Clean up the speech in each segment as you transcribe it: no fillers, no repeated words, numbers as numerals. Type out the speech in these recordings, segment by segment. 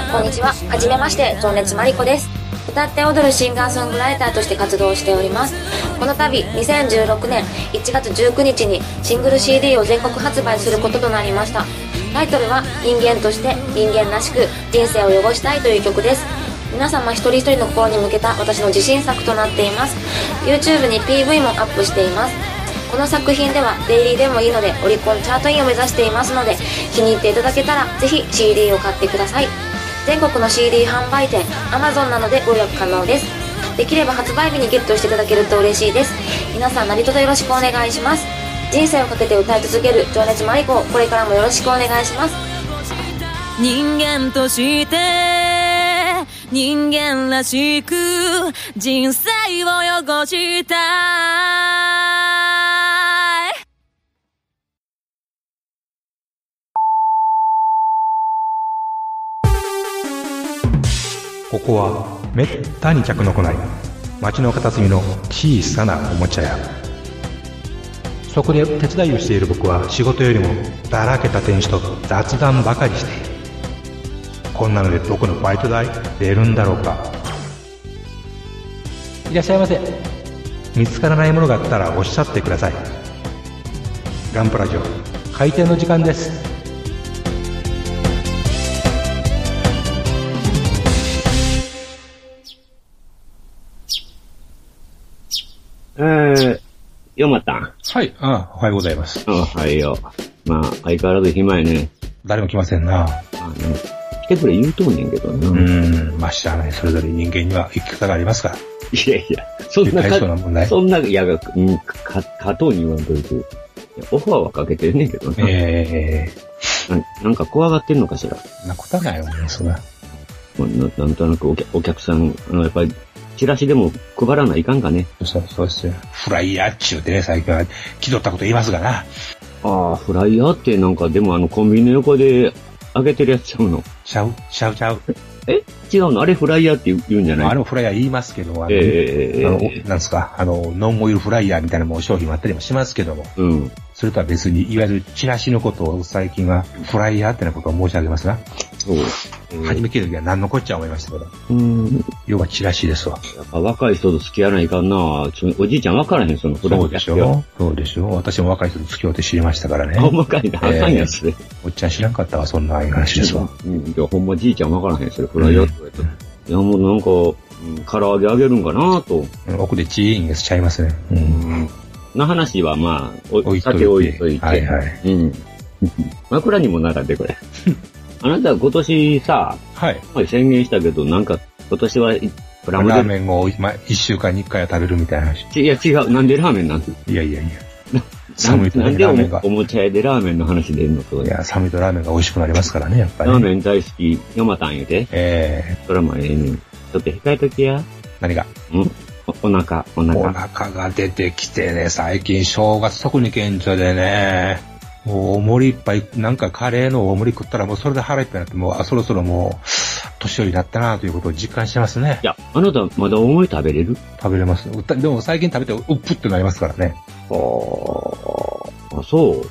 こんにちは。はじめまして、情熱まりこです。歌って踊るシンガーソングライターとして活動しております。この度、2016年1月19日にシングル CD を全国発売することとなりました。タイトルは、人間として人間らしく人生を汚したいという曲です。皆様一人一人の心に向けた私の自信作となっています。YouTube に PV もアップしています。この作品ではデイリーでもいいのでオリコンチャートインを目指していますので、気に入っていただけたらぜひ CD を買ってください。全国の CD 販売店 Amazon などでご予約可能です。できれば発売日にゲットしていただけると嬉しいです。皆さん何卒よろしくお願いします。人生をかけて歌い続ける情熱マリコ、これからもよろしくお願いします。 人間として人間らしく人生を汚したい。 ここはめったに客の来ない街の片隅の小さなおもちゃ屋。そこで手伝いをしている僕は仕事よりもだらけた店主と雑談ばかりしている。こんなので僕のバイト代出るんだろうか。いらっしゃいませ。見つからないものがあったらおっしゃってください。ガンプラジオ開店の時間です。 よまったん。 はい、おはようございます。 おはよう。まあ、相変わらず暇やね。 誰も来ませんな。 来てくれ言うとんねんけどな。 まあ、知らない。それぞれ人間には生き方がありますから。 いやいや、そんな、いや、加藤に言わんといて。オファーはかけてんねんけどな。なんか怖がってんのかしら。 なことはないよね、そら。 なんとなくお客さん、やっぱり、チラシでも配らないかんかね。 そうですよ。フライヤーっちゅうてね、最近は気取ったこと言いますがな。 ああ、フライヤーってなんかでもコンビニの横で揚げてるやつちゃうの？ちゃう。違うの？あれフライヤーって言うんじゃない？ あれもフライヤー言いますけども、なんですか、ノンオイルフライヤーみたいな商品もあったりもしますけども。それとは別に、いわゆるチラシのことを最近はフライヤーってなことを申し上げますな。そう。初め聞いた時は何のこっちゃ思いましたけど。要はチラシですわ。 やっぱ若い人と付き合わないかんな。おじいちゃん分からへん、そのフライヤー。 そうでしょ。私も若い人と付き合って知りましたからね。 ほんまかいな。あかんやつで。 おっちゃん知らんかったわ、そんな話ですわ。 いや、ほんまじいちゃん分からへん、それフライヤーって言われた。いや、もうなんか、唐揚げあげるんかなと。 奥でチーンがしちゃいますね。 の話はまあ、置いといて。はいはい。枕にも並んでこれ。あなた今年さ、宣言したけど、なんか今年はプラモデル。ラーメンを1週間に1回は食べるみたいな話。 いや違う、なんでラーメンなんいや。 寒いとなんでおもちゃ屋でラーメンの話出るのと。 いや、寒いとラーメンが美味しくなりますからね、やっぱり。 ラーメン大好き、ヨマタン言うて。それもちょっと控えときや。 何が？ お腹が出てきてね、最近正月特に顕著でね、もう大盛りいっぱい、なんかカレーの大盛り食ったらもうそれで腹いっぱいになって、もうそろそろもう、年寄りになったなということを実感してますね。 いや、あなたまだ大盛り食べれる？ 食べれます。でも最近食べてうっぷってなりますからね。 そう。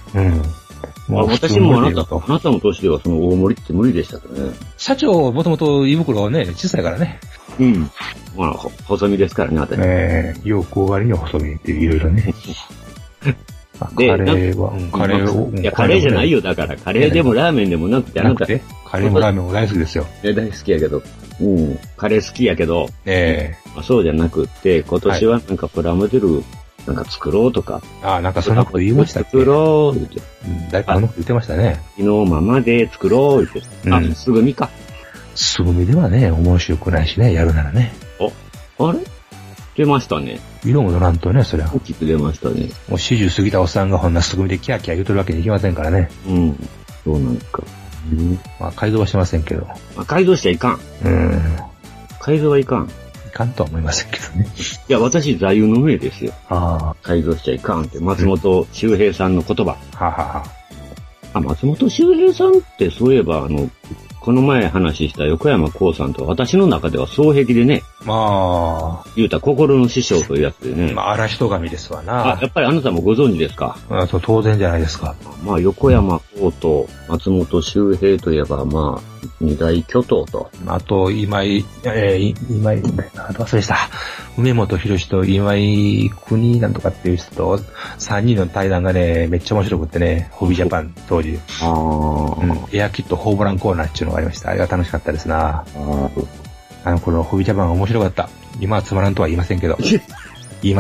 私もあなたの年ではその大盛りって無理でしたからね。 社長、もともと胃袋はね、小さいからね。 まあ、細身ですからね、私。 よく終わりには細身っていろいろね。カレーは、 いや、カレーじゃないよ、だから。カレーでもラーメンでもなくて、あなた。 カレーもラーメンも大好きですよ。 大好きやけど。カレー好きやけど。そうじゃなくって、今年はなんかプラモデル、なんか作ろうとか。 なんかそんなこと言いましたっけ？ 作ろう、言って。 誰かそんなこと言ってましたね。 昨日ままで作ろう、言って。すぐみか。 すぐみではね、面白くないしね、やるならね。 あれ出ましたね。 色も乗らんとね、そりゃ。 大きく出ましたね。 もう40過ぎたおっさんがほんなすぐみでキャーキャー言うとるわけにいきませんからね。 そうなんか。 まあ、改造はしませんけど。 改造しちゃいかん。改造はいかん。 いかんとは思いませんけどね。 いや、私、座右の銘ですよ。改造しちゃいかんって、松本周平さんの言葉。松本周平さんってそういえば、この前話した横山光さんと私の中では双璧でね。 まあ。言うたら心の師匠というやつでね。 まあ、荒人神ですわな。 やっぱりあなたもご存知ですか？ そう、当然じゃないですか。 まあ、横山光と松本周平といえば、まあ、二大巨頭と。 あと、今井、忘れした。梅本博士と今井国なんとかっていう人と、3人の対談がね、めっちゃ面白くってね、ホビージャパン当時。エアキットホームランコーナーっていうのがありました。あれが楽しかったですな。このホビージャパン面白かった。今はつまらんとは言いませんけど。梅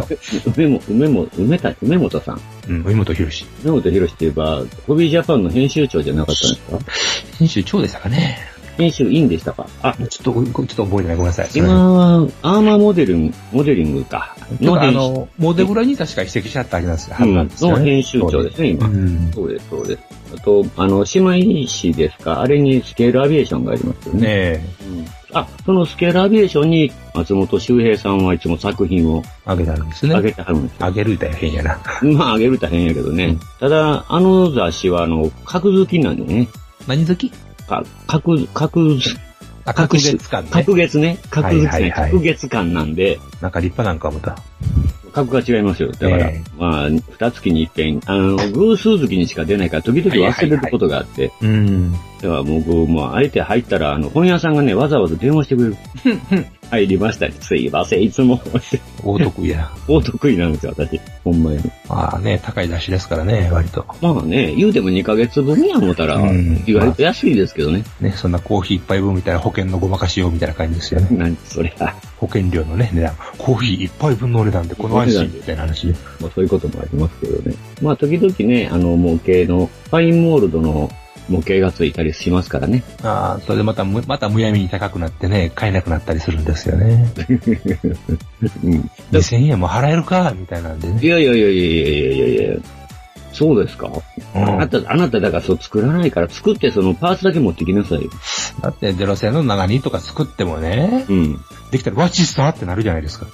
本さん。梅本博士。 梅本博士って言えば、ホビージャパンの編集長じゃなかったんですか？ 編集長でしたかね。 編集員でしたか？ ちょっと覚えてない。ごめんなさい。 今は、アーマーモデリングか。 モデグラに確か移籍しちゃったはずなんですよ。 の編集長ですね、今。そうです。あと、姉妹誌ですか？あれにスケールアビエーションがありますよね。そのスケールアビエーションに松本周平さんはいつも作品をあげてあるんですね。 あげてはるんですよ。 あげる歌変やな。 まあ、あげる歌変やけどね。ただ、雑誌は格好きなんでね。 何好き？ 格月間ね。格月間なんで。 なんか立派なんか思った。 格が違いますよ。だから、まあ、二月に一遍、偶数月にしか出ないから、時々忘れることがあって。だから僕、あえて入ったら、本屋さんがね、わざわざ電話してくれる。入りました。すいません、いつも。 大得意や。 大得意なんですよ、私。ほんまに。 まあね、高い雑誌ですからね、割と。 まあね、言うても2ヶ月分や思ったら、意外と安いですけどね。 ね、そんなコーヒー一杯分みたいな保険のごまかしようみたいな感じですよね。 何それは。 保険料のね、値段。コーヒー一杯分の値段でこの安心みたいな話で。 まあそういうこともありますけどね。まあ時々ね、模型の、ファインモールドの模型がついたりしますからね。 それでまたむやみに高くなってね、買えなくなったりするんですよね。2000円も払えるかみたいなんでね。 いや。そうですか？あなただからそう作らないから作ってそのパーツだけ持ってきなさいよ。 だって0線の72とか作ってもね、できたらわ、小さってなるじゃないですか。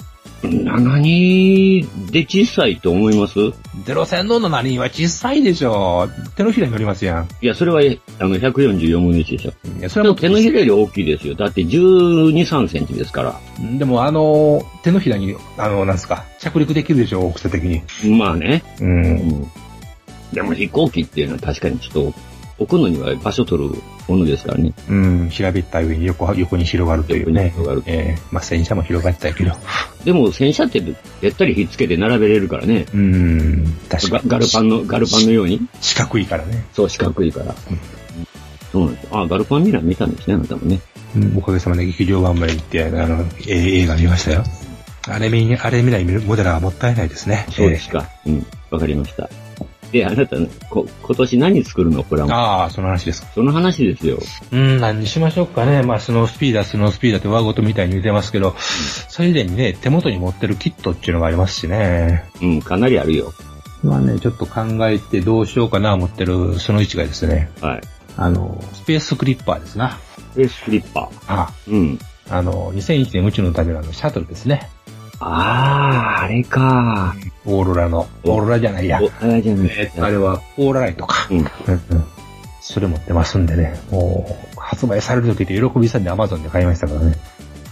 72で小さいと思います ？0線の72は小さいでしょ。手のひらに乗りますやん。 いや、それは144分の1でしょ。いや、それはもう手のひらより大きいですよ。だって12、3センチですから。 でも手のひらに、なんすか、着陸できるでしょ、大きさ的に。 まあね。でも飛行機っていうのは確かにちょっと置くのには場所取るものですからね。 平べったい上に横に広がるというね。まあ戦車も広がったけど。 でも戦車ってべったりひっつけて並べれるからね。 確かに。 ガルパンのように。 四角いからね。 そう、四角いから。そうなんですよ。ガルパンミラー見たんですね、あなたもね。 おかげさまで劇場版まで行って、映画見ましたよ。あれ見ないモデラーはもったいないですね。 そうですか。わかりました。で、あなた、今年何作るのプラモ。 その話ですか。 その話ですよ。 何にしましょうかね。まあ、スノースピーダーってワーゴトみたいに言ってますけど、それ以前にね、手元に持ってるキットっていうのがありますしね。 かなりあるよ。 まあね、ちょっと考えてどうしようかな思ってるその1がですね。 はい。 スペースクリッパーですな。 スペースクリッパー。 2001年宇宙の旅のシャトルですね。 あれか。 オーロラじゃないや。 あれじゃない。 あれはオーラライトか。それ持ってますんでね。もう、発売される時で喜びさんで Amazon で買いましたからね。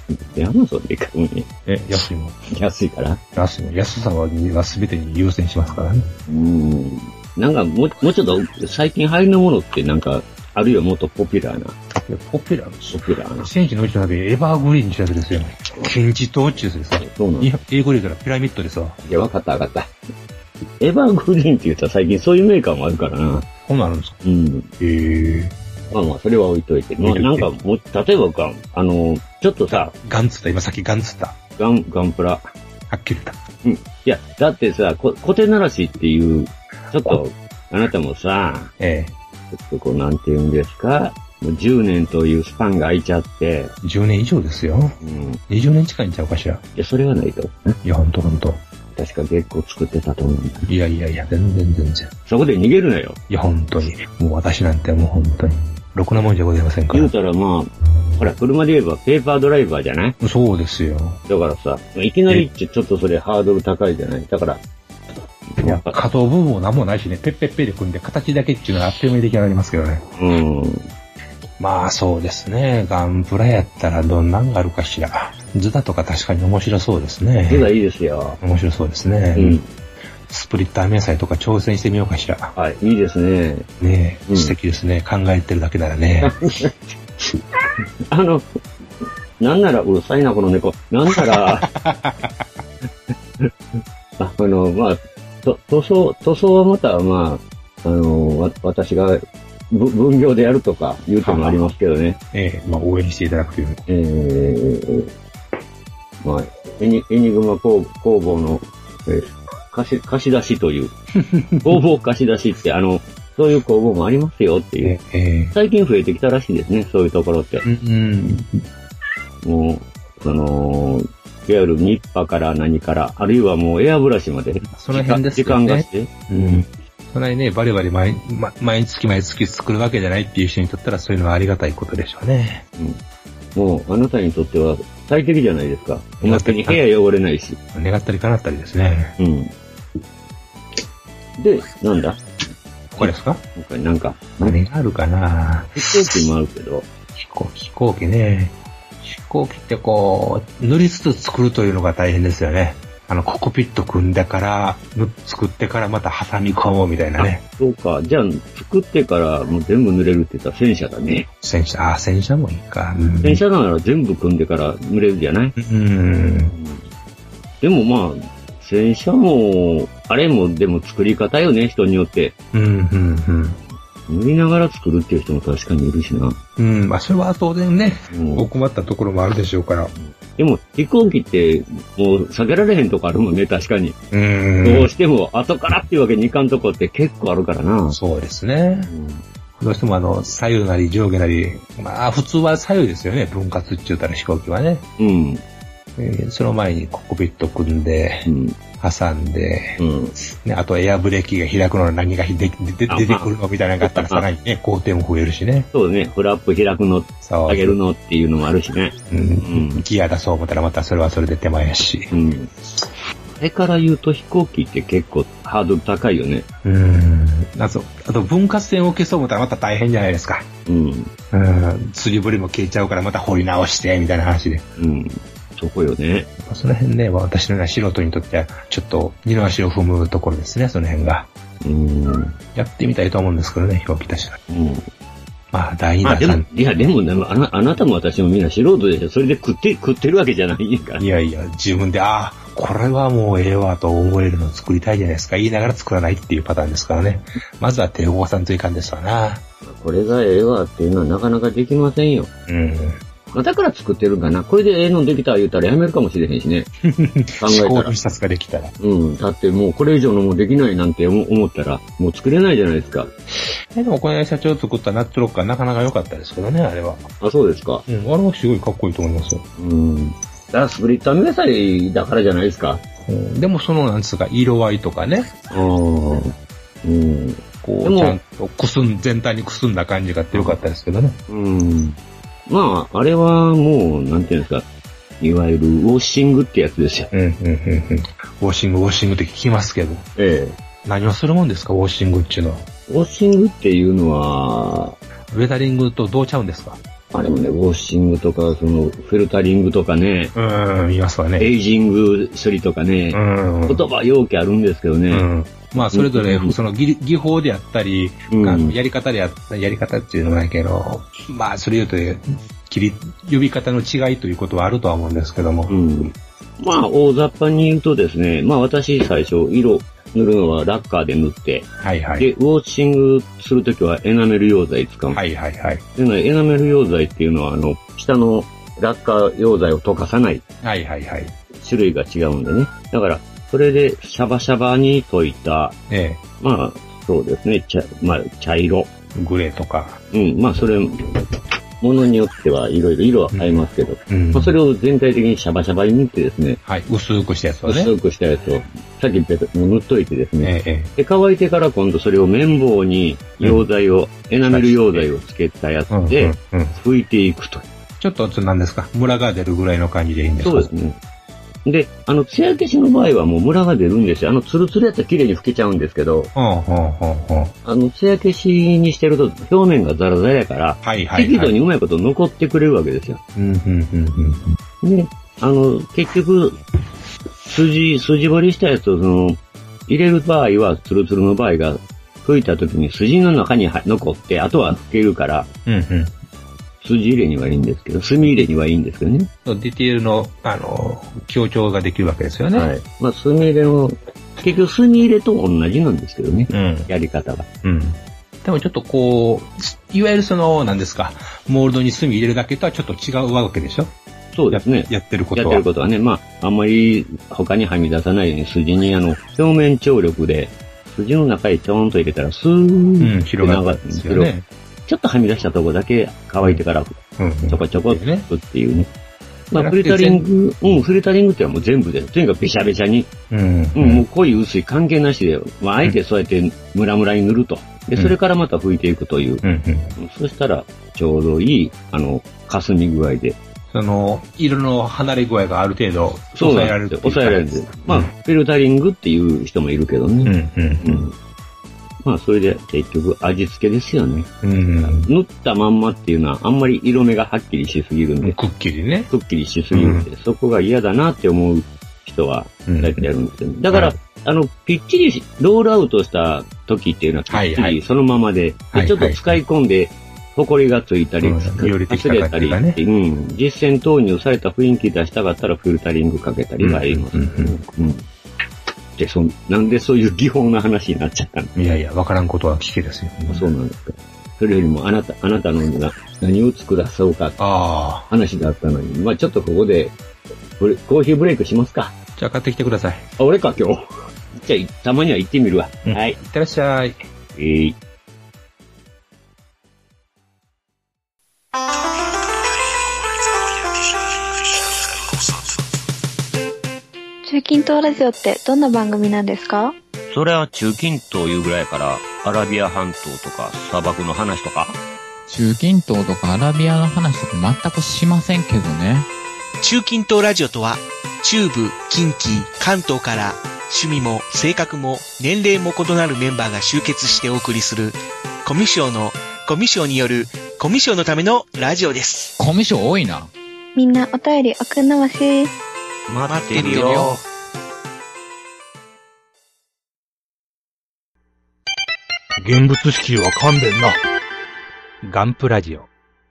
Amazon で買うね。 安いもん。 安いから？ 安さは全てに優先しますからね。 なんかもうちょっと最近流行りのものってなんか、あるいはもっとポピュラーな。 ポピュラー。戦士のうちの旅、エバーグリーンにしたやつですよ。金字塔ってやつですよ。 そうなんです。 英語で言うからピラミッドですわ。 いや、わかった。エバーグリーンって言ったら最近そういうメーカーもあるからな。 こんなんあるんですか？ まあ、それは置いといて。なんかもう、例えばちょっとさ。 ガンツった、今さっきガンツった。 ガンプラ。 はっきり言った。いや、だってさ、コテナラシっていう、ちょっと、あなたもさ、ちょっとなんて言うんですか、もう10年というスパンが空いちゃって。 10年以上ですよ。20年近いんちゃうかしら。 いや、それはないと。 いや、ほんと。 確か月光作ってたと思うんだ。 いや、全然。 そこで逃げるなよ。 いや、本当に。もう私なんてもう本当に。ろくなもんじゃございませんから。 言うたらまあ、ほら、車で言えばペーパードライバーじゃない？ そうですよ。 だからさ、いきなりちょっとそれハードル高いじゃない？だから、 可動部分も何もないしね、ペッペッペで組んで形だけっていうのはあっという間に出来上がりますけどね。 まあそうですね。ガンプラやったらどんなんがあるかしら。ズダとか確かに面白そうですね。 ズダいいですよ。 面白そうですね。うん。スプリッター迷彩とか挑戦してみようかしら。 はい、いいですね。 ねえ、素敵ですね。考えてるだけならね。 なんなら、うるさいな、この猫。なんなら、まあ、塗装はまた、まあ、私が分業でやるとか言うてもありますけどね。 まあ、応援していただくという。 まあ、エニグマ工房の、貸し出しという、工房貸し出しって、そういう工房もありますよっていう。最近増えてきたらしいですね、そういうところって。もう、いわゆるニッパから何から、あるいはもうエアブラシまで。 その辺ですよね。時間がして。 そんなにね、バリバリ毎月作るわけじゃないっていう人にとったらそういうのはありがたいことでしょうね。 もう、あなたにとっては最適じゃないですか。おまけに部屋汚れないし。 願ったり叶ったりですね。 で、なんだこれですか？ 他になんか。 何があるかな？ 飛行機もあるけど。 飛行機ね。飛行機ってこう、塗りつつ作るというのが大変ですよね。ココピット組んでから、作ってからまた挟み込もうみたいなね。 そうか。じゃあ、作ってからもう全部塗れるって言ったら戦車だね。 戦車もいいか。 戦車なら全部組んでから塗れるじゃない？でもまあ、戦車も、あれもでも作り方よね、人によって。塗りながら作るっていう人も確かにいるしな。 まあそれは当然ね、お困ったところもあるでしょうから。 でも飛行機ってもう避けられへんとこあるもんね、確かに。どうしても後からっていうわけにいかんとこって結構あるからな。 そうですね。どうしても左右なり上下なり、まあ普通は左右ですよね、分割って言ったら飛行機はね。その前にコックピット組んで、挟んで、ね、あとエアブレーキが開くの何が出てくるのみたいなのがあったらさらにね、工程も増えるしね。 そうね、フラップ開くの、上げるのっていうのもあるしね。 ギア出そう思ったらまたそれはそれで手前やし。 あれから言うと飛行機って結構ハードル高いよね。 あと分割線を消そう思ったらまた大変じゃないですか。釣り堀も消えちゃうからまた掘り直して、みたいな話で。 そこよね。 その辺ね、私のような素人にとっては、ちょっと二の足を踏むところですね、その辺が。やってみたいと思うんですけどね、表記としては。まあ、第二弾。 いや、でも、あなたも私もみんな素人でしょ。それで食ってるわけじゃないから。 いやいや、自分で、これはもうええわと思えるのを作りたいじゃないですか。言いながら作らないっていうパターンですからね。まずは手を動かさんといかんですわな。 これがええわっていうのはなかなかできませんよ。だから作ってるんかな。これでええのできたら言うたらやめるかもしれへんしね。考えたら。 試作ができたら。 だってもうこれ以上のもできないなんて思ったら、もう作れないじゃないですか。 でもこの社長作ったナッツロッカーなかなか良かったですけどね、あれは。 そうですか。 あれはすごいかっこいいと思いますよ。 だからスプリッター迷彩だからじゃないですか。 でもなんつうか、色合いとかね。こう、ちゃんと全体にくすんだ感じがあって良かったですけどね。 まあ、あれはもう、なんていうんですか、いわゆるウォッシングってやつですよ。 ウォッシングって聞きますけど。何をするもんですか、ウォッシングっていうのは。 ウォッシングっていうのは、 ウェザリングとどうちゃうんですか？ あれもね、ウォッシングとか、フェルタリングとかね。 言いますわね。 エイジング処理とかね。言葉容器あるんですけどね。 まあ、それぞれ、技法であったり、やり方っていうのはないけど、まあ、それ言うと、呼び方の違いということはあるとは思うんですけども。 まあ、大雑把に言うとですね、まあ、私最初、色塗るのはラッカーで塗って、で、ウォッシングするときはエナメル溶剤使う。で、エナメル溶剤っていうのは、下のラッカー溶剤を溶かさない。種類が違うんでね。だから、それで、シャバシャバに溶いた、まあ、そうですね、茶色。 グレーとか。 まあ、それ、ものによってはいろいろ色は変えますけど、まあ、それを全体的にシャバシャバに塗ってですね。 薄くしたやつをね。 薄くしたやつを、さっき塗っといてですね。で、乾いてから今度それを綿棒に溶剤を、エナメル溶剤をつけたやつで、拭いていくと。 ちょっと何ですか、ムラが出るぐらいの感じでいいんですか？ そうですね。 で、艶消しの場合はもうムラが出るんですよ。ツルツルやったら綺麗に拭けちゃうんですけど、艉消しにしてると表面がザラザラやから、適度にうまいこと残ってくれるわけですよ。で、結局、筋彫りしたやつを入れる場合は、ツルツルの場合が、拭いた時に筋の中に残って、あとは拭けるから、筋入れにはいいんですけど、墨入れにはいいんですけどね。 ディテールの、強調ができるわけですよね。はい。 まあ、墨入れの、結局墨入れと同じなんですけどね。やり方が。 でもちょっとこう、いわゆる何ですか、モールドに墨入れるだけとはちょっと違うわけでしょ？ そうですね。 やってることは。 やってることはね、まあ、あんまり他にはみ出さないように筋に表面張力で、筋の中へちょんと入れたらスーッと広がるんですよね。 ちょっとはみ出したとこだけ乾いてからちょこちょこっていうね。まあ、フィルタリング、フィルタリングってのはもう全部で、とにかくべしゃべしゃに、もう濃い薄い関係なしで、まあ、あえてそうやってムラムラに塗ると。で、それからまた拭いていくという。そしたら、ちょうどいい、霞み具合で。 色の離れ具合がある程度、抑えられる。 抑えられる。まあ、フィルタリングっていう人もいるけどね。まあ、それで結局味付けですよね。塗ったまんまっていうのはあんまり色目がはっきりしすぎるんで。 くっきりね。 くっきりしすぎるんで、そこが嫌だなって思う人は大体やるんですよね。だから、ぴっちりロールアウトした時っていうのはぴっちりそのままで、ちょっと使い込んで、埃がついたり、擦れたりって、実践投入された雰囲気出したかったらフィルタリングかけたりがあります。なんでそういう技法の話になっちゃったの？ いやいや、わからんことは聞けですよ。 そうなんですか。それよりもあなたの何を作らそうかって話だったのに、まあちょっとここでコーヒーブレイクしますか。 じゃあ買ってきてください。 俺か今日。じゃあたまには行ってみるわ。はい。 いってらっしゃい。 中近東ラジオってどんな番組なんですか？ それは中近東いうぐらいからアラビア半島とか砂漠の話とか。 中近東とかアラビアの話とか全くしませんけどね。 中近東ラジオとは中部、近畿、関東から趣味も性格も年齢も異なるメンバーが集結してお送りするコミュ障によるコミュ障のためのラジオです。 コミュ障多いな。 みんなお便り送んなまし。 待ってるよ。 現物式は勘弁な。ガンプラジオ。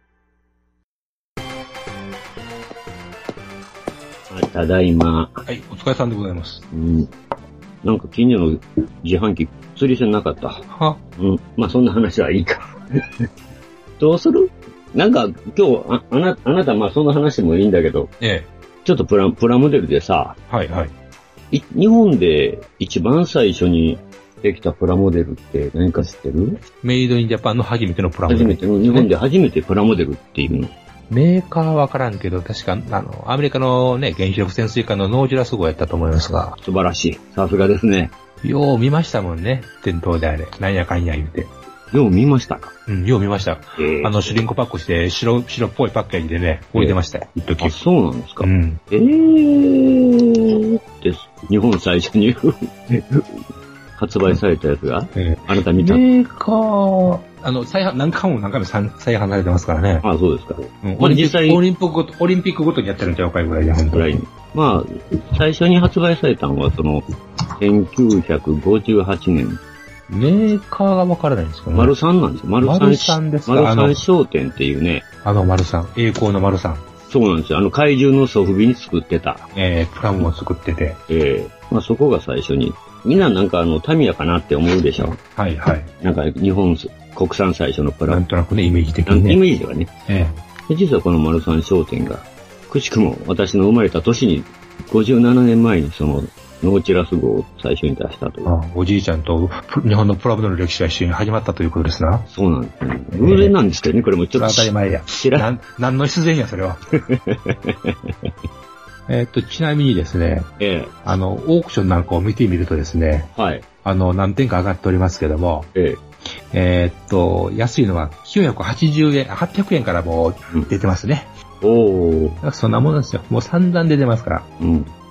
ただいま。 はい、お疲れさんでございます。 なんか近所の自販機釣り線なかった。まあそんな話はいいか。どうする？なんか今日あなたまあそんな話もいいんだけど。ちょっとプラモデルでさ。日本で一番最初にできたプラモデルって何か知ってる？ メイドインジャパンの初めてのプラモデル。 日本で初めてプラモデルっていうの。 メーカーはわからんけど、確か、アメリカのね、原子力潜水艦のノージュラス号やったと思いますが。 素晴らしい。さすがですね。 よう見ましたもんね。店頭であれ。なんやかんや言うて。 よう見ましたか？ よう見ました。シュリンクパックして白っぽいパッケージでね、置いてましたよ。一時。 あ、そうなんですか？です。日本最初に発売されたやつが、あなた見た？ メーカー、何回も再販されてますからね。 あ、そうですか。 実際オリンピックごとにやってるんちゃうかいぐらいで、本当に。 まあ、最初に発売されたのは、1958年。 メーカーがわからないんですかね。 丸三なんですよ。丸三ですか。丸三商店っていうね。 丸三。栄光の丸三。 そうなんですよ。怪獣のソフビに作ってた。 プラモを作ってて。 まあそこが最初に。みんななんかタミヤかなって思うでしょ。 はいはい。 なんか日本国産最初のプラモ。 なんとなくね、イメージ的にね。 イメージはね。実はこの丸三商店が、くしくも私の生まれた年に、57年前にノーチラス号を最初に出したという。 おじいちゃんと日本のプラモデルの歴史が一緒に始まったということですな。 そうなんですね。偶然なんですけどね、これもちょっと。 当たり前や。何の必然や、それは。ちなみにですね、オークションなんかを見てみるとですね、何点か上がっておりますけども、安いのは980円、800円からもう出てますね。そんなものですよ。もう散々出てますから。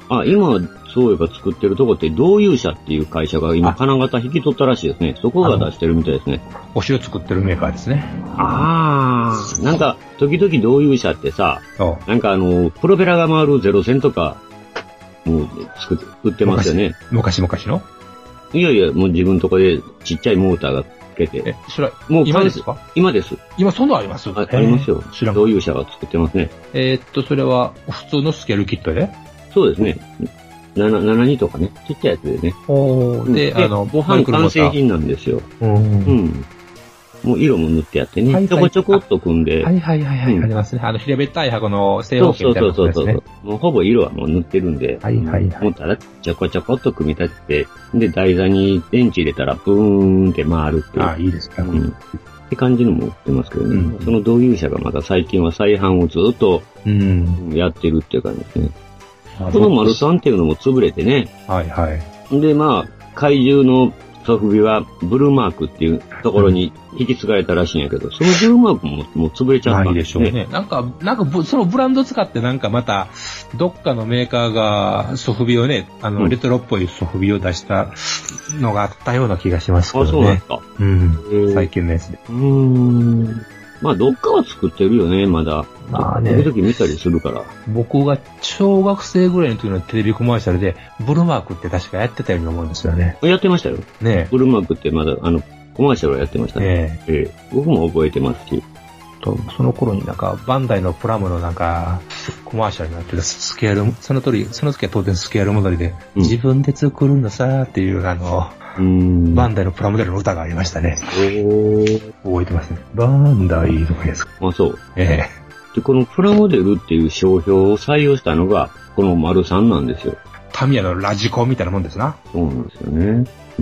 今、そういえば作ってるとこって、同友社っていう会社が今、金型引き取ったらしいですね。そこが出してるみたいですね。 お塩作ってるメーカーですね。 なんか、時々同友社ってさ、なんかプロペラが回るゼロ戦とか、もう売ってますよね。 昔のいやいや、もう自分のとこでちっちゃいモーターがつけて。 それは、もう今ですか？ 今です。 今そんなのあります？ ありますよ。同友社が作ってますね。 それは、普通のスケールキットで？ そうですね。72とかね。ちっちゃいやつでね。 で、 完成品なんですよ。もう色も塗ってやってね。ちょこちょこっと組んで。 ありますね。平べったい箱の正方形みたいなやつですね。 もうほぼ色はもう塗ってるんで。もうただちょこちょこっと組み立てて、で、台座に電池入れたらブーンって回るっていう。 いいですか。 って感じのも売ってますけどね。その同友社がまた最近は再販をずっとやってるっていう感じですね。この丸3っていうのも潰れてね。で、怪獣のソフビはブルーマークっていうところに引き継がれたらしいんやけど、そのブルーマークももう潰れちゃったんですね。 なんかそのブランド使ってなんかまた、どっかのメーカーがソフビをね、レトロっぽいソフビを出したのがあったような気がしますけどね。 そうなんですか。 最近のやつで。 どっかは作ってるよね、まだ。時々見たりするから。 僕が小学生ぐらいの時のテレビコマーシャルで、ブルーマークって確かやってたように思うんですよね。 やってましたよ。 ねブルーマークってまだ、コマーシャルをやってましたね。僕も覚えてますし。 その頃になんか、バンダイのプラムのなんか、コマーシャルになってたスケール、その時は当然スケール戻りで、自分で作るんださーっていうバンダイのプラモデルの歌がありましたね。覚えてますね。バンダイとかです。 そう。で、このプラモデルっていう商標を採用したのが、この丸3なんですよ。 タミヤのラジコンみたいなもんですな。 そうなんですよね。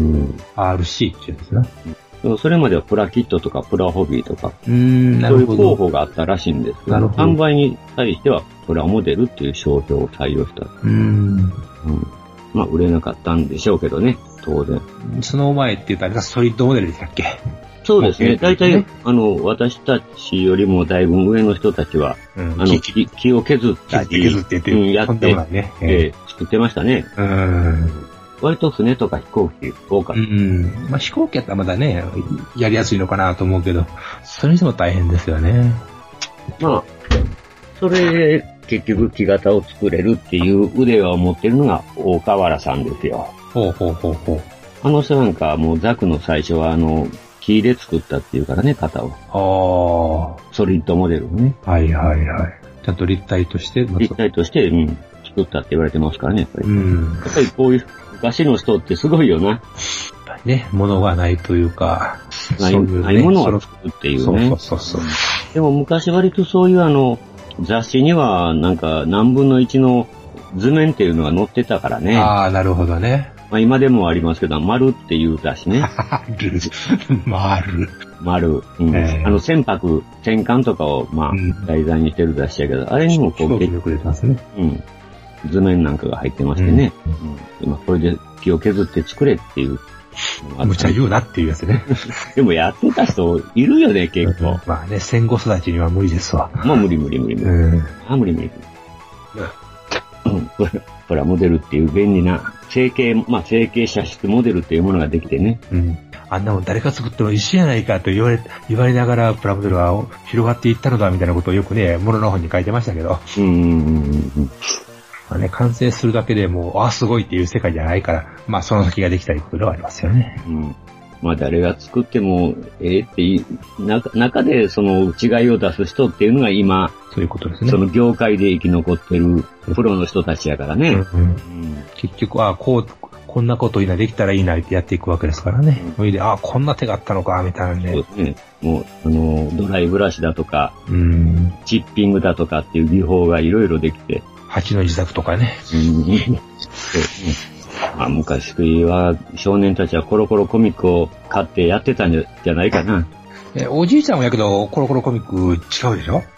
RC ってやつですな。 それまではプラキットとかプラホビーとか、そういう候補があったらしいんですけど、販売に対してはプラモデルっていう商標を採用した。売れなかったんでしょうけどね、当然。 その前って言ったらソリッドモデルでしたっけ？ そうですね。大体、私たちよりもだいぶ上の人たちは、木を削ったり、やって、作ってましたね。割と船とか飛行機多かった。 飛行機やったらまだね、やりやすいのかなと思うけど、それにしても大変ですよね。 それで結局木型を作れるっていう腕を持ってるのが大河原さんですよ。あの人なんかもうザクの最初は木で作ったっていうからね、型を。ソリッドモデルをね。ちゃんと立体として、作ったって言われてますからね、やっぱり。やっぱりこういう昔の人ってすごいよな。 ね、物がないというか、 ないものを作るっていうね。でも昔割とそういう雑誌にはなんか何分の1の図面っていうのが載ってたからね。 なるほどね。 今でもありますけど、丸っていう雑誌ね。丸。船舶、戦艦とかを、題材にしてる雑誌やけど、あれにもこう、 図面なんかが入ってましてね。今これで木を削って作れっていう。 無茶言うなっていうやつね。 でもやってた人いるよね、結構。 戦後育ちには無理ですわ。 無理。無理。プラモデルっていう便利な成形射出モデルっていうものができてね。 あんなもん誰か作っても一緒やないかと言われながらプラモデルは広がっていったのだみたいなことをよくね、物の本に書いてましたけど。完成するだけでもう、すごいっていう世界じゃないから、その先ができたりことではありますよね。 誰が作っても、中でその違いを出す人っていうのが今、 そういうことですね。 その業界で生き残ってるプロの人たちやからね。 結局、こんなことできたらいいなってやっていくわけですからね。それで、こんな手があったのか、みたいなね。 そうですね。もう、ドライブラシだとか、チッピングだとかっていう技法がいろいろできて。 蜂の自作とかね。 昔は少年たちはコロコロコミックを買ってやってたんじゃないかな。 おじいちゃんもやけど、コロコロコミック違うでしょ？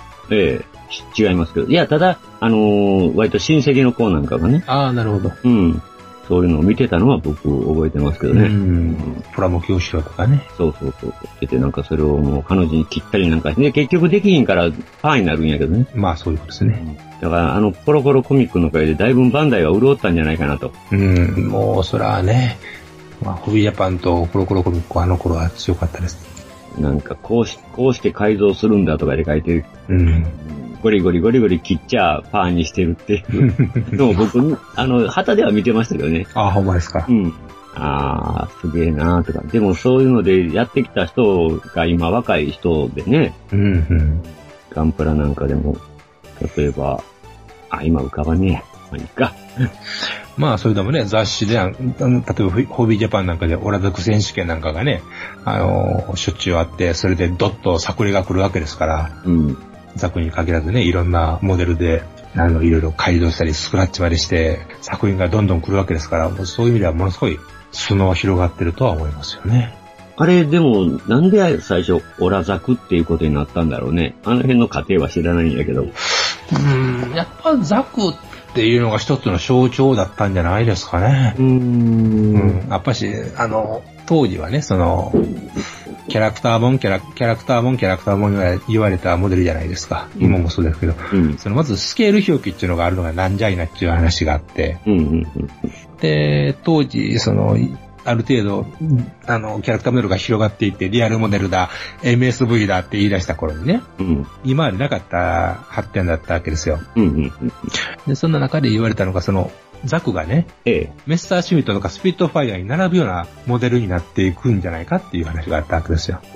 違いますけど。いや、ただ、割と親戚の子なんかがね。 なるほど。 そういうのを見てたのは僕覚えてますけどね。 プラモ教師とかね。 そう。出てなんかそれをもう彼女に切ったりなんかして、結局できひんからパーになるんやけどね。 まあそういうことですね。 だからコロコロコミックの会でだいぶバンダイは潤ったんじゃないかなと。 もうそらね、まあホビージャパンとコロコロコミックは頃は強かったです。なんかこうして改造するんだとかで書いてる。ゴリゴリ切っちゃパーにしてるっていう。でも僕、旗では見てましたけどね。 あ、ほんまですか。 すげえなーとか。でもそういうのでやってきた人が今若い人でね。ガンプラなんかでも、例えば、今浮かばねえ。まあいいか。 まあそれでもね、雑誌で、例えばホビージャパンなんかでオラザク選手権なんかがね、しょっちゅうあって、それでドッと作例が来るわけですから、ザクに限らずね、いろんなモデルで、いろいろ改造したり、スクラッチまでして、作品がどんどん来るわけですから、そういう意味ではものすごい裾野は広がってるとは思いますよね。 あれ、でも、なんで最初、オラザクっていうことになったんだろうね。あの辺の過程は知らないんだけど。 やっぱザクっていうのが一つの象徴だったんじゃないですかね。やっぱし、当時はね、キャラクターもん言われたモデルじゃないですか。今もそうですけど、まずスケール表記っていうのがあるのがなんじゃいなっていう話があって、で、当時、ある程度、キャラクターモデルが広がっていって、リアルモデルだ、MSV だって言い出した頃にね、今までなかった発展だったわけですよ。で、そんな中で言われたのが、ザクがね、メッサーシュミットとかスピットファイアに並ぶようなモデルになっていくんじゃないかっていう話があったわけですよ。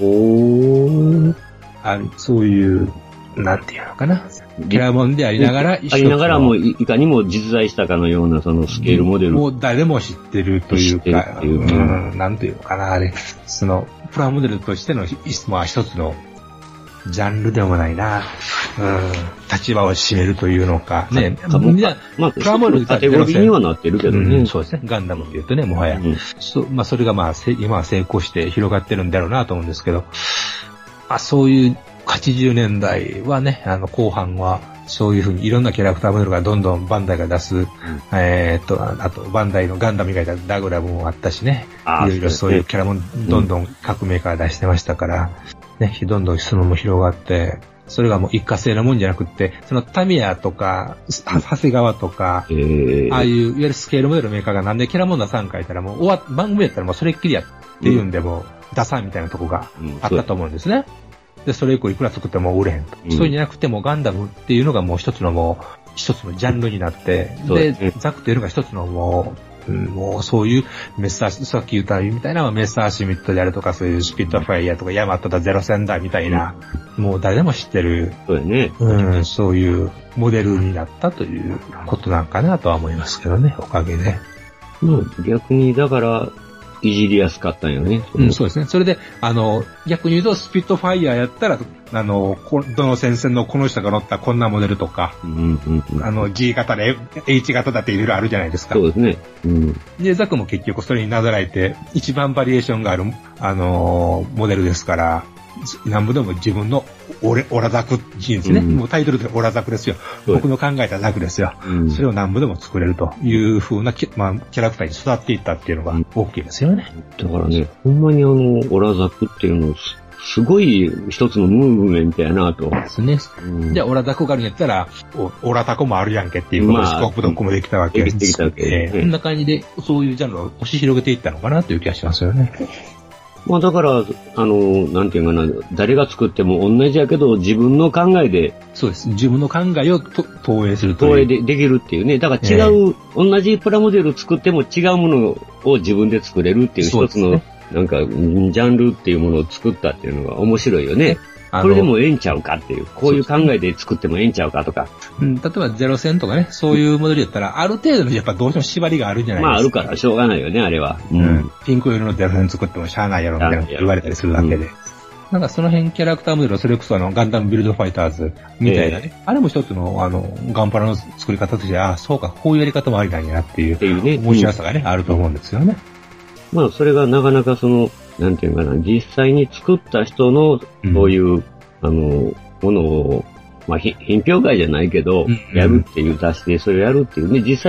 そういう、なんていうのかな。キャラモンでありながら、 もいかにも実在したかのようなスケールモデル。 もう誰でも知ってるというか、なんていうのかな、あれ、プラモデルとしての、まあ一つの、ジャンルでもないな、立場を占めるというのか、ね。 まあ、プラモデルカテゴリーにはなってるけどね。 そうですね。ガンダムって言うとね、もはや。まあ、それがまあ、今は成功して広がってるんだろうなと思うんですけど、そういう80年代はね、後半は、そういうふうにいろんなキャラクターモデルがどんどんバンダイが出す、あとバンダイのガンダム以外だとダグラムもあったしね、いろいろそういうキャラもどんどん各メーカー出してましたから、ね、どんどん裾野も広がって、それがもう一過性のもんじゃなくって、タミヤとか、長谷川とか、ああいういわゆるスケールモデルメーカーがなんでキャラモン出さんかいたらもう番組やったらもうそれっきりやっていうんでも出さんみたいなとこがあったと思うんですね。で、それ以降いくら作っても売れへんと。そうじゃなくてもガンダムっていうのがもう一つのジャンルになって、で、ザクっていうのが一つのもうそういうメッサー、さっき言ったみたいなメッサーシュミットであるとか、そういうスピットファイアとかヤマトだゼロ戦だみたいな、もう誰でも知ってる、そういうモデルになったということなんかなとは思いますけどね、おかげで。 逆に、だから、いじりやすかったんよね。 そうですね。それで、逆に言うと、スピットファイヤーやったら、どの戦線のこの人が乗ったこんなモデルとか、G 型で H 型だっていろいろあるじゃないですか。 そうですね。 で、ザクも結局それになぞらえて、一番バリエーションがある、モデルですから、なんぼでも自分のオラザクジーンですね。もうタイトルでオラザクですよ。僕の考えたザクですよ。それをなんぼでも作れるという風なキャラクターに育っていったっていうのが大きいですよね。 だからね、ほんまにオラザクっていうのをすごい一つのムーブメントやなと。 ですね。じゃあオラザクがあるんやったら、オラタコもあるやんけっていうことでスコープドックもできたわけです。 できたわけで。 こんな感じで、そういうジャンルを押し広げていったのかなという気がしますよね。 まあだから、なんていうかな、誰が作っても同じやけど、自分の考えで。 そうです。自分の考えを投影するという。投影できるっていうね。だから違う、同じプラモデル作っても違うものを自分で作れるっていう一つの、なんか、ジャンルっていうものを作ったっていうのが面白いよね。これでもええんちゃうかっていう。こういう考えで作ってもええんちゃうかとか。 例えばゼロ戦とかね、そういうモデルやったら、ある程度のやっぱどうしても縛りがあるじゃないですか。 まああるからしょうがないよね、あれは。 ピンク色のゼロ戦作ってもしゃあないやろみたいなこと言われたりするわけで。なんかその辺キャラクターモデルはそれこそガンダムビルドファイターズみたいなね。あれも一つのガンパラの作り方として、そうか、こういうやり方もありなんやなっていう面白さがね、あると思うんですよね。 まあそれがなかなかなんていうかな、実際に作った人の、そういう、ものを、まあ、品評会じゃないけど、やるっていう出して、それをやるっていうね、実際、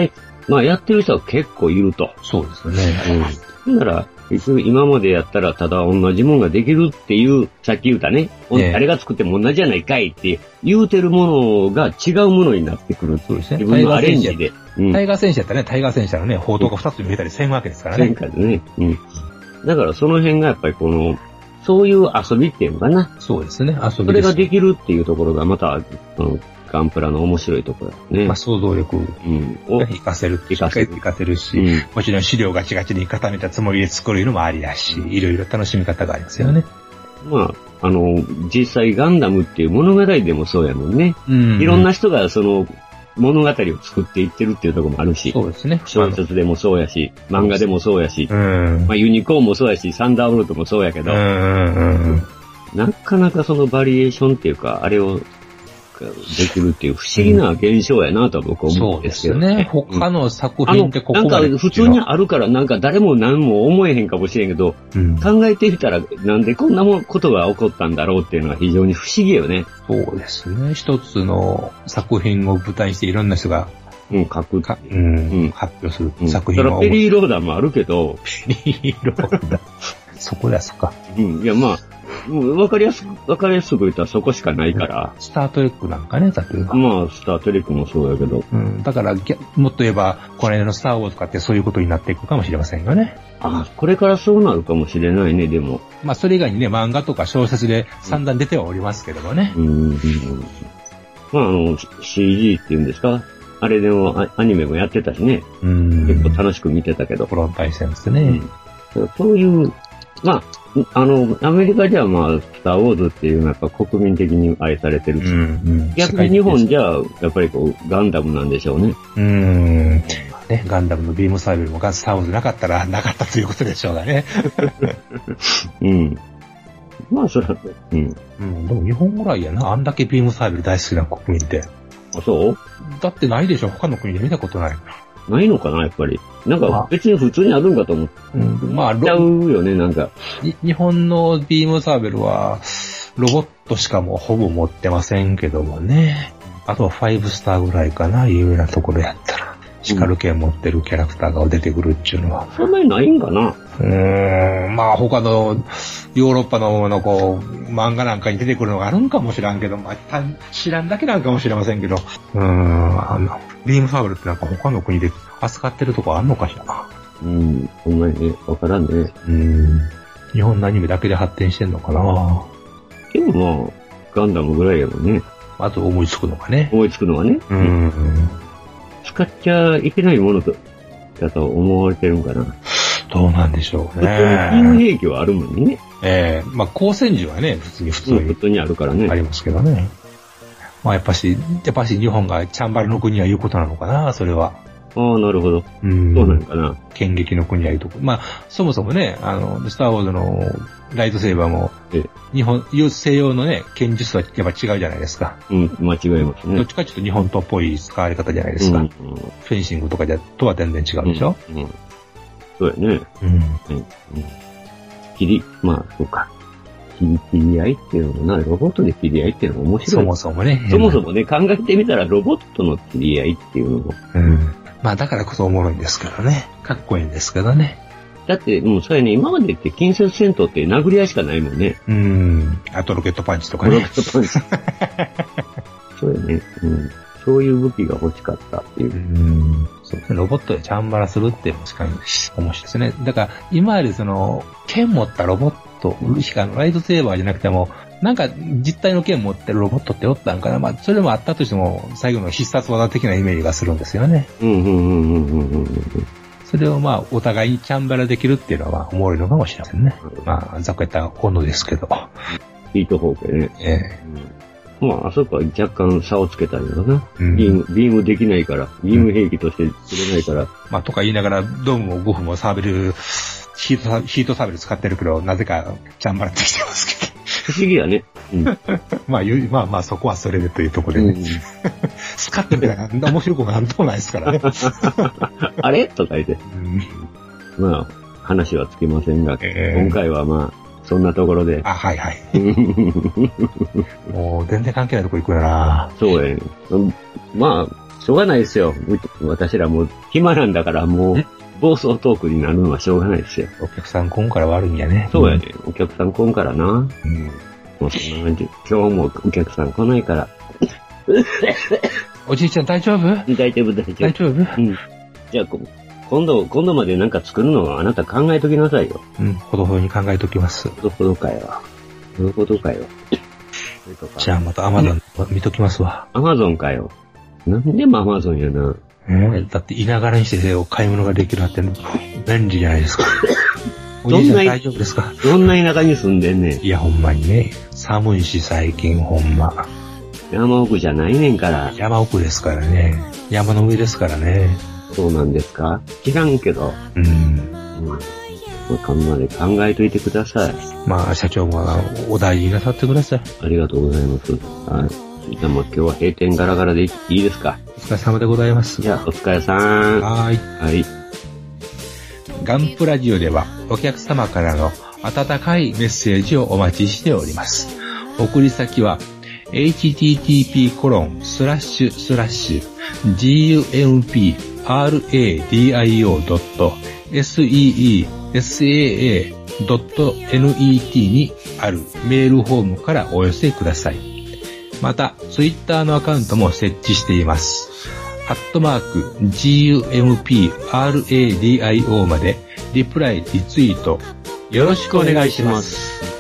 まあやってる人は結構いると。 そうですね。 だから、今までやったらただ同じもんができるっていう、さっき言ったね、誰が作っても同じじゃないかいって言うてるものが違うものになってくる。 そうですね。 自分のアレンジで。 タイガー戦士やったらね、タイガー戦士のね、砲塔が2つ見えたりせんわけですからね。 せんからね。だからその辺がやっぱりそういう遊びっていうのかな。 そうですね、遊びです。 それができるっていうところがまた、ガンプラの面白いところだね。 まあ想像力を活かせるって活かせるし、もちろん資料ガチガチに固めたつもりで作るのもありだし、いろいろ楽しみ方がありますよね。 まあ、実際ガンダムっていう物語でもそうやもんね。いろんな人がその物語を作っていってるっていうところもあるし、 そうですね。 小説でもそうやし、漫画でもそうやし、まあユニコーンもそうやし、サンダーボルトもそうやけど、なかなかそのバリエーションっていうか、あれをできるっていう不思議な現象やなとは僕は思うんですけど。 そうですね。他の作品ってここまで。 なんか普通にあるからなんか誰も何も思えへんかもしれんけど、考えてみたらなんでこんなことが起こったんだろうっていうのは非常に不思議よね。 そうですね。一つの作品を舞台にしていろんな人が発表する作品は。 ペリーローダーもあるけど。 ペリーローダー。そこですか。 いやまあ、わかりやすく言ったらそこしかないから。 スタートレックなんかね、例えば。 まあ、スタートレックもそうやけど。 だから、もっと言えば、この間のスターウォーズとかってそういうことになっていくかもしれませんよね。 これからそうなるかもしれないね、でも。 まあ、それ以外にね、漫画とか小説で散々出てはおりますけどもね。 まあ、CG っていうんですか？あれでもアニメもやってたしね。結構楽しく見てたけど。 フロン対戦ですね。 そういう、まあ、アメリカではまあ、スターウォーズっていうのはやっぱ国民的に愛されてる。逆に日本じゃ、やっぱりガンダムなんでしょうね。ね、ガンダムのビームサイベルもスターウォーズなかったらなかったということでしょうがね。まあ、それは、でも日本ぐらいやな。あんだけビームサイベル大好きな国民って。そうだってないでしょ。他の国で見たことない。ないのかな、やっぱり。なんか別に普通にあるんかと思って。まあ、ちゃうよね、なんか。日本のビームサーベルは、ロボットしかもほぼ持ってませんけどもね。あとは5スターぐらいかな、有名なところやったら。シカル剣持ってるキャラクターが出てくるっていうのは。そんなにないんかな？まあ他のヨーロッパの漫画なんかに出てくるのがあるんかもしらんけど、まあ知らんだけなんかもしれませんけど。ビームサーベルってなんか他の国で扱ってるとこあんのかしらな。ほんまにね、わからんね。日本のアニメだけで発展してんのかな。でもまあ、ガンダムぐらいやもんね。あと思いつくのがね。使っちゃいけないものだと思われてるんかな。どうなんでしょうね。ビーム兵器はあるもんね。まあ、光線銃はね、普通にあるからね。ありますけどね。まあ、やっぱし日本がチャンバラの国は言うことなのかな、それは。なるほど。そうなのかな。剣撃の国はいうとこ。まあ、そもそもね、スターウォーズのライトセーバーも、西洋のね、剣術はやっぱ違うじゃないですか。間違いますね。どっちかちょっと日本刀っぽい使われ方じゃないですか。フェンシングとかとは全然違うでしょ。そうやね。まあ、そうか。切り合いっていうのもな、ロボットで切り合いっていうのも面白い。そもそもね、考えてみたらロボットの切り合いっていうのも。まあだからこそおもろいんですけどね。かっこいいんですけどね。だって、そうやね、今までって近接戦闘って殴り合いしかないもんね。あとロケットパンチとかね。ロケットパンチ。そうやね。そういう武器が欲しかったっていう。ロボットでチャンバラするって確かに面白いですね。だから、今まで剣持ったロボット、ライトセーバーじゃなくても、なんか実体の剣持ってるロボットっておったんかな。まあ、それもあったとしても、最後の必殺技的なイメージがするんですよね。それをまあ、お互いにチャンバラできるっていうのは、まあ、おもろいのかもしれませんね。まあ、ざっくり言った斧ですけど。ヒートフォークね。まあ、あそこは若干差をつけたんだろうな。ビームできないから、ビーム兵器として作れないから。まあ、とか言いながら、ドームも5分もサーベル、ヒートサーベル使ってるけど、なぜかチャンバラってしてますけど。不思議やね。まあ、そこはそれでというところでね。スカッてみたら面白くなんともないですからね。あれとか言って。まあ、話はつきませんが、今回はまあ、そんなところで。はいはい。もう、全然関係ないとこ行くよな。そうやね。まあ、 しょうがないですよ。私らもう暇なんだからもう、暴走トークになるのはしょうがないですよ。 お客さん来んから悪いんやね。 そうやね。お客さん来んからな。もうそんな感じ。今日もお客さん来ないから。 おじいちゃん大丈夫？ 大丈夫。じゃあ、今度までなんか作るのはあなた考えときなさいよ。 ほどほどに考えときます。 ほどほどかよ。 じゃあまたアマゾン見ときますわ。 アマゾンかよ。なんでもアマゾンやな。 だっていながらにしてお買い物ができるなんて便利じゃないですか。おじいちゃん大丈夫ですか？ どんな田舎に住んでんねん。 いやほんまにね。寒いし最近ほんま。 山奥じゃないねんから。 山奥ですからね。山の上ですからね。 そうなんですか？知らんけど。こんなで考えといてください。 まあ、社長もお大事になさってください。 ありがとうございます。はい。じゃあもう今日は閉店ガラガラでいいですか？ お疲れ様でございます。 じゃあ、お疲れさん。 はい。ガンプラジオではお客様からの温かいメッセージをお待ちしております。送り先は、http://gumpradio.seesaa.net にあるメールフォームからお寄せください。また、ツイッターのアカウントも設置しています。@gumpradio までリプライ、リツイートよろしくお願いします。